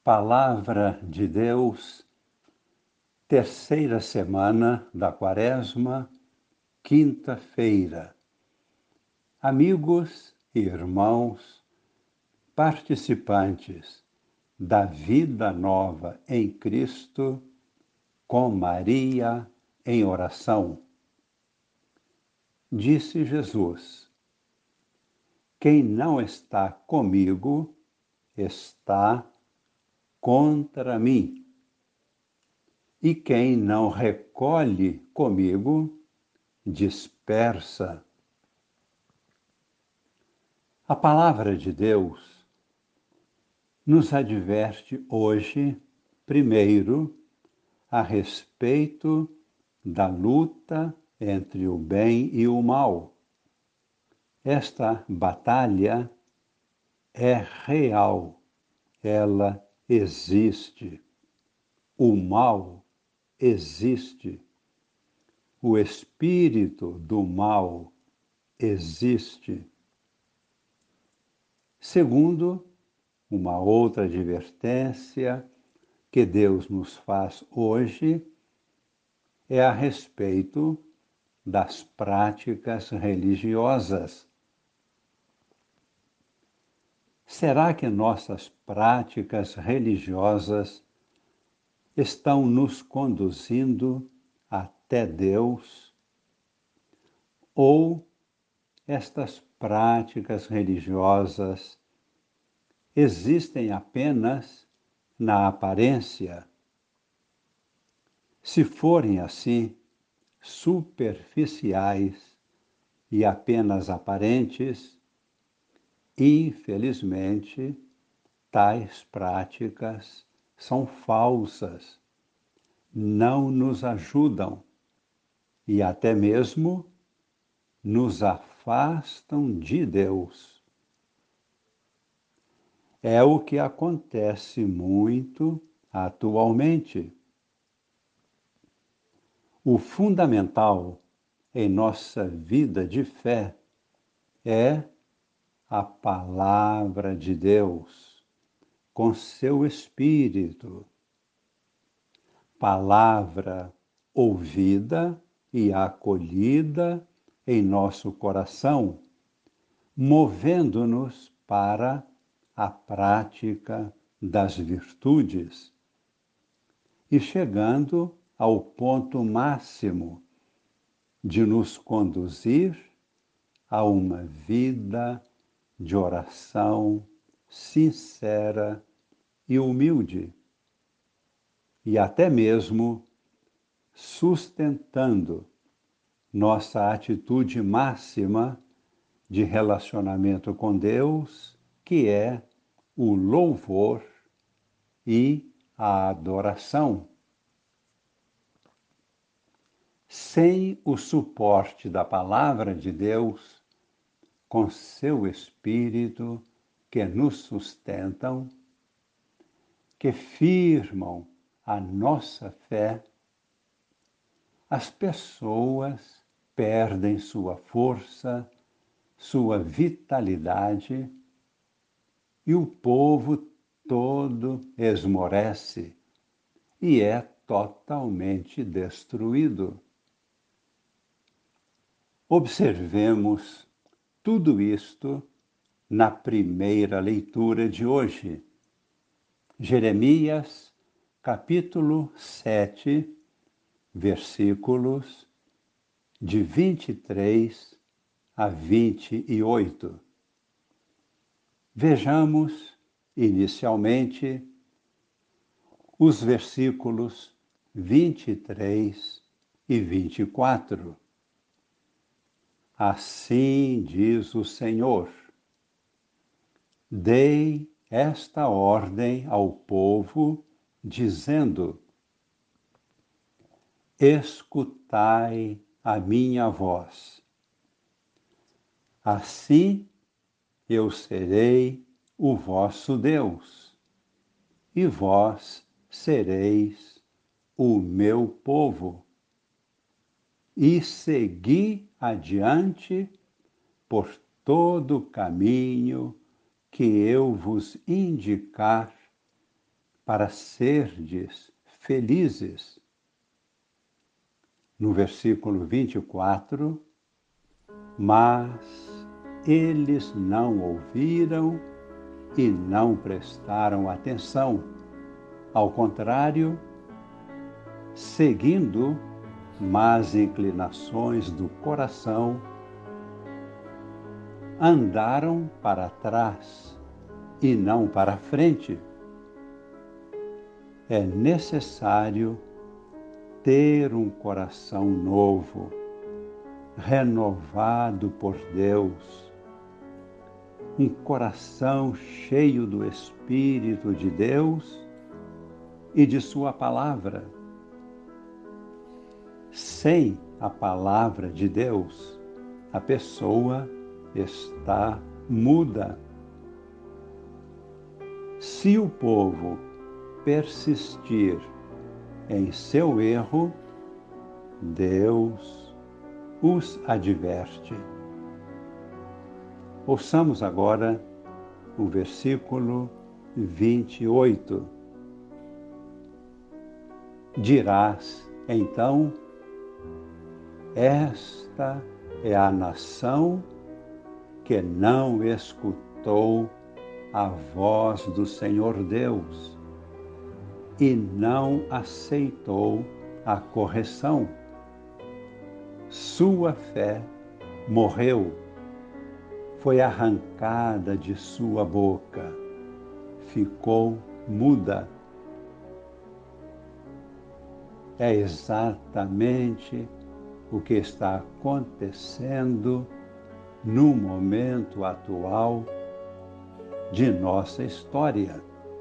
Palavra de Deus, terceira semana da Quaresma, quinta-feira. Amigos e irmãos, participantes da vida nova em Cristo, com Maria em oração. Disse Jesus: quem não está comigo está contra mim. E quem não recolhe comigo, dispersa. A palavra de Deus nos adverte hoje, primeiro, a respeito da luta entre o bem e o mal. Esta batalha é real, ela existe. O mal existe. O espírito do mal existe. Segundo, uma outra advertência que Deus nos faz hoje é a respeito das práticas religiosas. Será que nossas práticas religiosas estão nos conduzindo até Deus? Ou estas práticas religiosas existem apenas na aparência? Se forem assim, superficiais e apenas aparentes, infelizmente, tais práticas são falsas, não nos ajudam e até mesmo nos afastam de Deus. É o que acontece muito atualmente. O fundamental em nossa vida de fé é a palavra de Deus, com seu Espírito. Palavra ouvida e acolhida em nosso coração, movendo-nos para a prática das virtudes e chegando ao ponto máximo de nos conduzir a uma vida de oração sincera e humilde, e até mesmo sustentando nossa atitude máxima de relacionamento com Deus, que é o louvor e a adoração. Sem o suporte da palavra de Deus, com seu Espírito que nos sustentam, que firmam a nossa fé, as pessoas perdem sua força, sua vitalidade e o povo todo esmorece e é totalmente destruído. Observemos tudo isto na primeira leitura de hoje. Jeremias, capítulo 7, versículos de 23 a 28. Vejamos, inicialmente, os versículos 23 e 24. Assim diz o Senhor: dei esta ordem ao povo, dizendo: escutai a minha voz. Assim eu serei o vosso Deus, e vós sereis o meu povo. E segui adiante por todo o caminho que eu vos indicar, para serdes felizes. No versículo 24, mas eles não ouviram e não prestaram atenção. Ao contrário, seguindo más inclinações do coração, andaram para trás e não para frente. É necessário ter um coração novo, renovado por Deus, um coração cheio do Espírito de Deus e de sua palavra. Sem a palavra de Deus, a pessoa está muda. Se o povo persistir em seu erro, Deus os adverte. Ouçamos agora o versículo 28. Dirás, então, esta é a nação que não escutou a voz do Senhor Deus e não aceitou a correção. Sua fé morreu, foi arrancada de sua boca, ficou muda. É exatamente o que está acontecendo no momento atual de nossa história.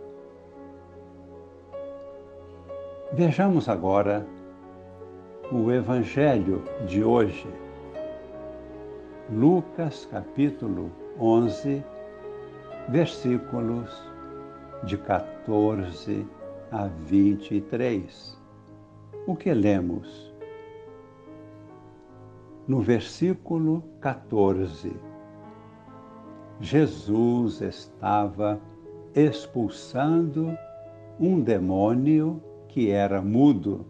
Vejamos agora o Evangelho de hoje. Lucas capítulo 11, versículos de 14 a 23. O que lemos? No versículo 14, Jesus estava expulsando um demônio que era mudo.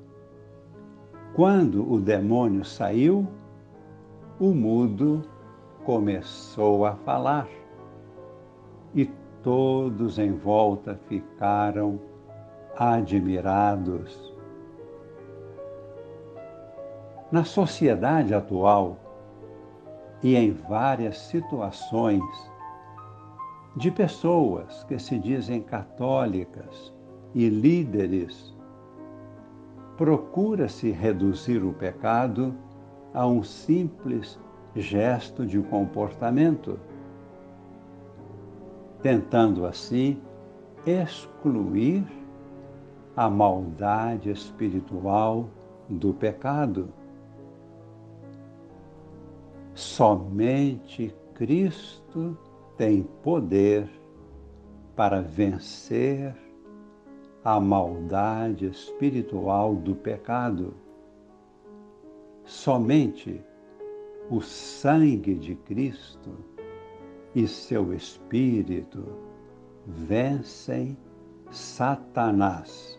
Quando o demônio saiu, o mudo começou a falar e todos em volta ficaram admirados. Na sociedade atual e em várias situações de pessoas que se dizem católicas e líderes, procura-se reduzir o pecado a um simples gesto de comportamento, tentando assim excluir a maldade espiritual do pecado. Somente Cristo tem poder para vencer a maldade espiritual do pecado. Somente o sangue de Cristo e seu Espírito vencem Satanás.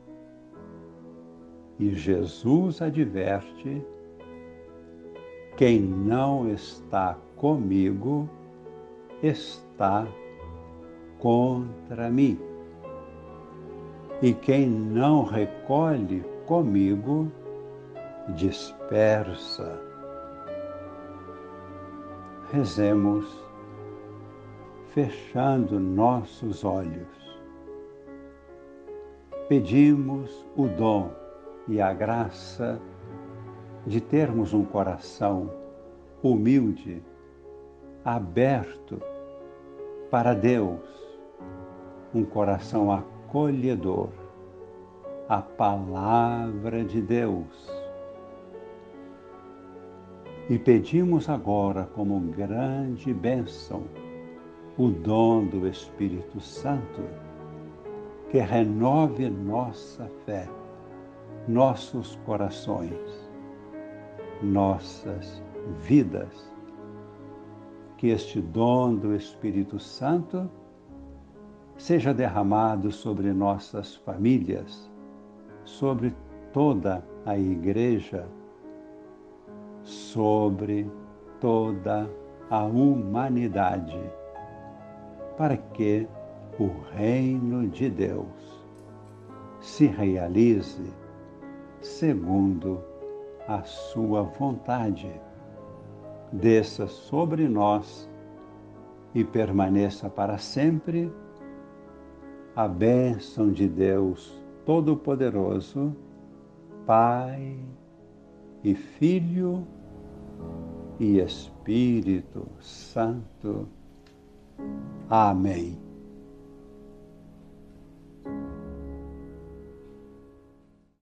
E Jesus adverte: quem não está comigo está contra mim. E quem não recolhe comigo dispersa. Rezemos, fechando nossos olhos. Pedimos o dom e a graça de termos um coração humilde, aberto para Deus, um coração acolhedor, a palavra de Deus. E pedimos agora, como grande bênção, o dom do Espírito Santo, que renove nossa fé, nossos corações, nossas vidas. Que este dom do Espírito Santo seja derramado sobre nossas famílias, sobre toda a Igreja, sobre toda a humanidade, para que o reino de Deus se realize segundo a sua vontade, desça sobre nós e permaneça para sempre a bênção de Deus Todo-Poderoso, Pai e Filho e Espírito Santo. Amém.